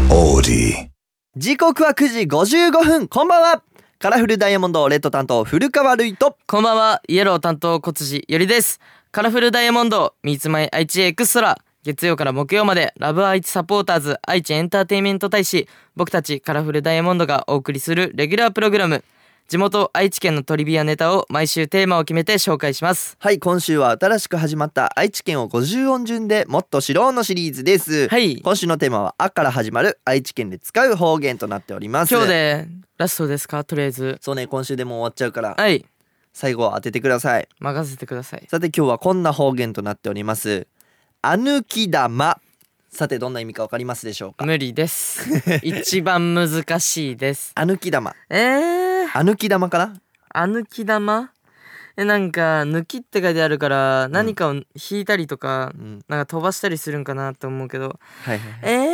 Audi。 時刻は9時55分。こんばんは。カラフルダイヤモンドレッド担当古川瑠衣と、 こんばんは、イエロー担当小辻よりです。カラフルダイヤモンド Meets My 愛知エクストラ、月曜から木曜までラブ愛知サポーターズ愛知エンターテインメント大使、僕たちカラフルダイヤモンドがお送りするレギュラープログラム。地元愛知県のトリビアネタを毎週テーマを決めて紹介します。 はい、今週は新しく始まった愛知県を50音順でもっと知ろうのシリーズです。 はい、 今週のテーマはあから始まる愛知県で使う方言となっております。 今日でラストですか？とりあえず。 そうね、今週でもう終わっちゃうから、 はい、 最後は当ててください。 任せてください。 さて今日はこんな方言となっております。あぬき玉。さてどんな意味かわかりますでしょうか？ 無理です一番難しいです。 あぬき玉。あぬき玉かな？ あぬき玉？なんか抜きって書いてあるから何かを引いたりとか、なんか飛ばしたりするんかなと思うけど、 はいはいはい、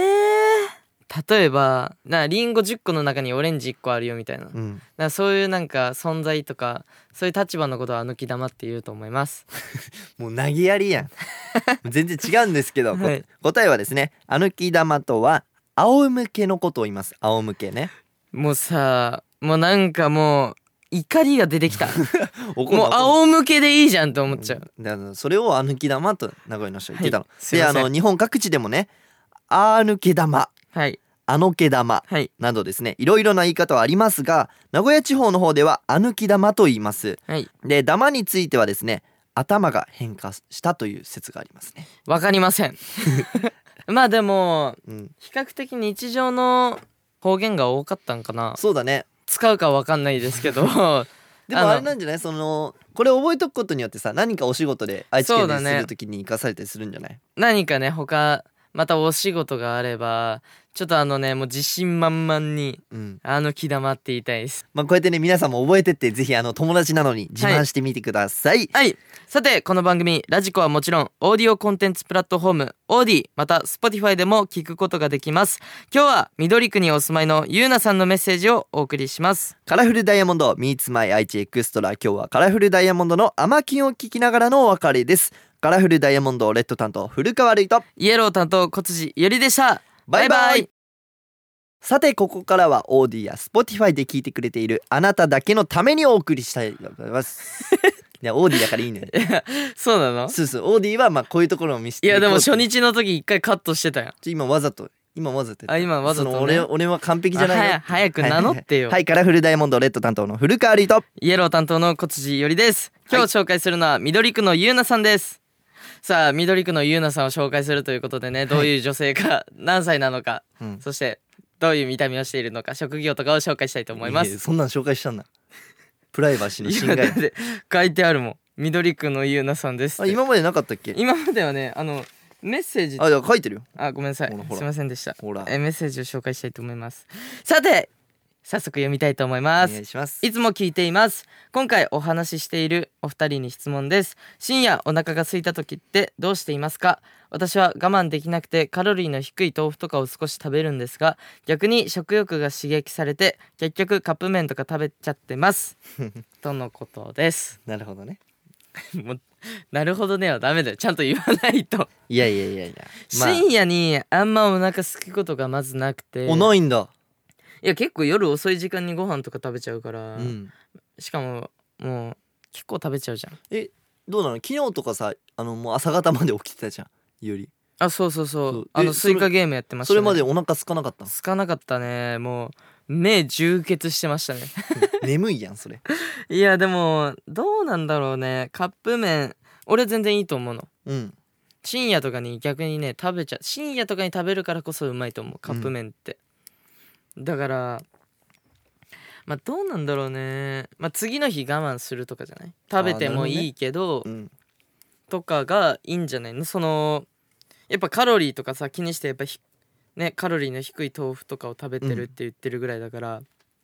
例えばリンゴ10個の中にオレンジ1個あるよみたいな、だからそういうなんか存在とかそういう立場のことはあぬき玉って言うと思いますもう投げやりやん全然違うんですけど、 はい、 答えはですね、あぬき玉とは仰向けのことを言います。仰向けね。 もうさ、もうなんかもう怒りが出てきたもう怒るな仰向けでいいじゃんと思っちゃう、 でそれをあぬき玉と名古屋の人は言ってたの、 すいません。 で日本各地でもね、あぬけ玉、 はい、 あのけ玉はい、 などですね、いろいろな言い方はありますが、名古屋地方の方ではあぬき玉と言います。 はい、 で玉についてはですね、頭が変化したという説がありますね。 わかりませんまあでもうん比較的日常の方言が多かったんかな。 そうだね。 使うかわかんないですけどでもあれなんじゃない、そのこれ覚えとくことによってさ、何かお仕事で愛知県でする時に生かされたりするんじゃない？ 何かね他またお仕事があればちょっともう自信満々に木玉って言いたいです。 こうやってね、皆さんも覚えてってぜひ友達なのに自慢してみてください。 はい、さてこの番組ラジコはもちろんオーディオコンテンツプラットフォームオーディまた Spotify でも聞くことができます。今日は緑区にお住まいのゆうなさんのメッセージをお送りします。 カラフルダイヤモンド Meets My 愛知エクストラ、今日はカラフルダイヤモンドのアマキンを聞きながらのお別れです。カラフルダイヤモンドレッド担当古川瑠衣とイエロー担当小辻よりでした。 バイバイ。さてここからはオーディや Spotify で聞いてくれているあなただけのためにお送りしたいと思いますいやオーディだからいいねそうなの？ そうそう、オーディはこういうところを見せていやでも初日の時一回カットしてたやん。 今わざと今わざとその俺は完璧じゃないよ。 早く名乗ってよ。 はい、カラフルダイヤモンドレッド担当の古川瑠衣とイエロー担当の小辻よりです。今日紹介するのは緑区のゆうなさんです。さあ緑区のゆうなさんを紹介するということでね、どういう女性か何歳なのか、そしてどういう見た目をしているのか職業とかを紹介したいと思います。 そんなん紹介したんだ。プライバシーの侵害で書いてあるもん、緑区のゆうなさんですって。 今までなかったっけ？ 今まではねメッセージ書いてるよ。 ごめんなさい、 ほらすいませんでした。 ほらメッセージを紹介したいと思います。さて早速読みたいと思います。 お願いします。 いつも聞いています。今回お話ししているお二人に質問です。深夜お腹が空いた時ってどうしていますか？私は我慢できなくてカロリーの低い豆腐とかを少し食べるんですが、逆に食欲が刺激されて結局カップ麺とか食べちゃってますとのことです。 なるほどねもうなるほどねはダメだよ、ちゃんと言わないと。 いや、 深夜にあんまお腹空くことがまずなくて。 ないんだ。 いや結構夜遅い時間にご飯とか食べちゃうから、しかももう結構食べちゃうじゃん。 どうなの？昨日とかさ、もう朝方まで起きてたじゃん、より。 そうスイカゲームやってましたね。 それまでお腹空かなかったの？ 空かなかったね。もう目充血してましたね眠いやんそれ。 いやでもどうなんだろうね、カップ麺俺全然いいと思うの。深夜とかに逆にね食べちゃう。深夜とかに食べるからこそうまいと思うカップ麺って、だからどうなんだろうね。次の日我慢するとかじゃない？食べてもいいけど、とかがいいんじゃないの？やっぱカロリーとかさ気にしてやっぱねカロリーの低い豆腐とかを食べてるって言ってるぐらいだから、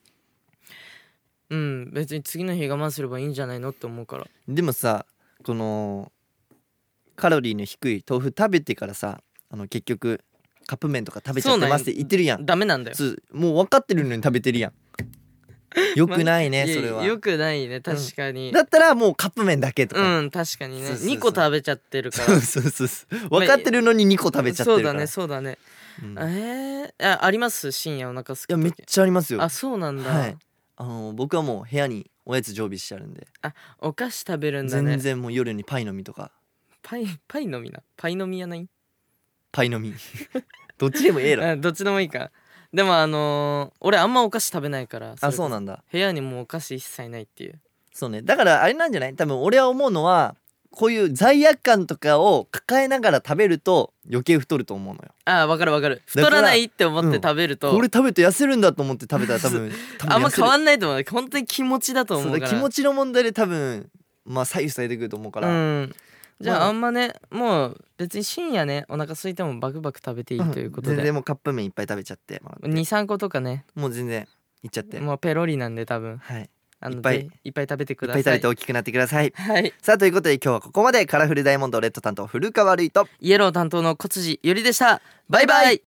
別に次の日我慢すればいいんじゃないのって思うから。 でもさ、このカロリーの低い豆腐食べてからさ、結局カップ麺とか食べちゃってますって言ってるやん。 ダメなんだよ。 もう分かってるのに食べてるやんよくないね、それは。 よくないね、確かに。 だったらもうカップ麺だけとか。 確かにね。 そうそうそう 2個食べちゃってるから。 そう分かってるのに2個食べちゃってるから。 そうだね。あります深夜お腹すく時。 いやめっちゃありますよ。 あ、そうなんだ。 はい。僕はもう部屋におやつ常備してあるんで。 お菓子食べるんだね。 全然もう夜にパイ飲みとか。 パイ飲みな。パイ飲みやない？ パイ飲み。どっちでもええら。 どっちでもいいか。でも俺あんまお菓子食べないから。 そうなんだ。 部屋にもうお菓子一切ないっていう。 そうね。だからあれなんじゃない？多分俺は思うのはこういう罪悪感とかを抱えながら食べると余計太ると思うのよ。 わかる。太らないって思って食べると、 これ食べて痩せるんだと思って食べたら多分あんま変わんないと思う。本当に気持ちだと思うから。 気持ちの問題で多分左右されてくると思うから。 じゃああんまね、もう別に深夜ねお腹空いてもバクバク食べていいということで、 全然もうカップ麺いっぱい食べちゃって 23個とかね、 もう全然いっちゃって、 もうペロリなんで多分、 はい、 いっぱい食べてください。 いっぱい食べて大きくなってください。 はい。 さあということで今日はここまで。カラフルダイヤモンドレッド担当古川瑠衣とイエロー担当の小辻ゆりでした。バイバイ。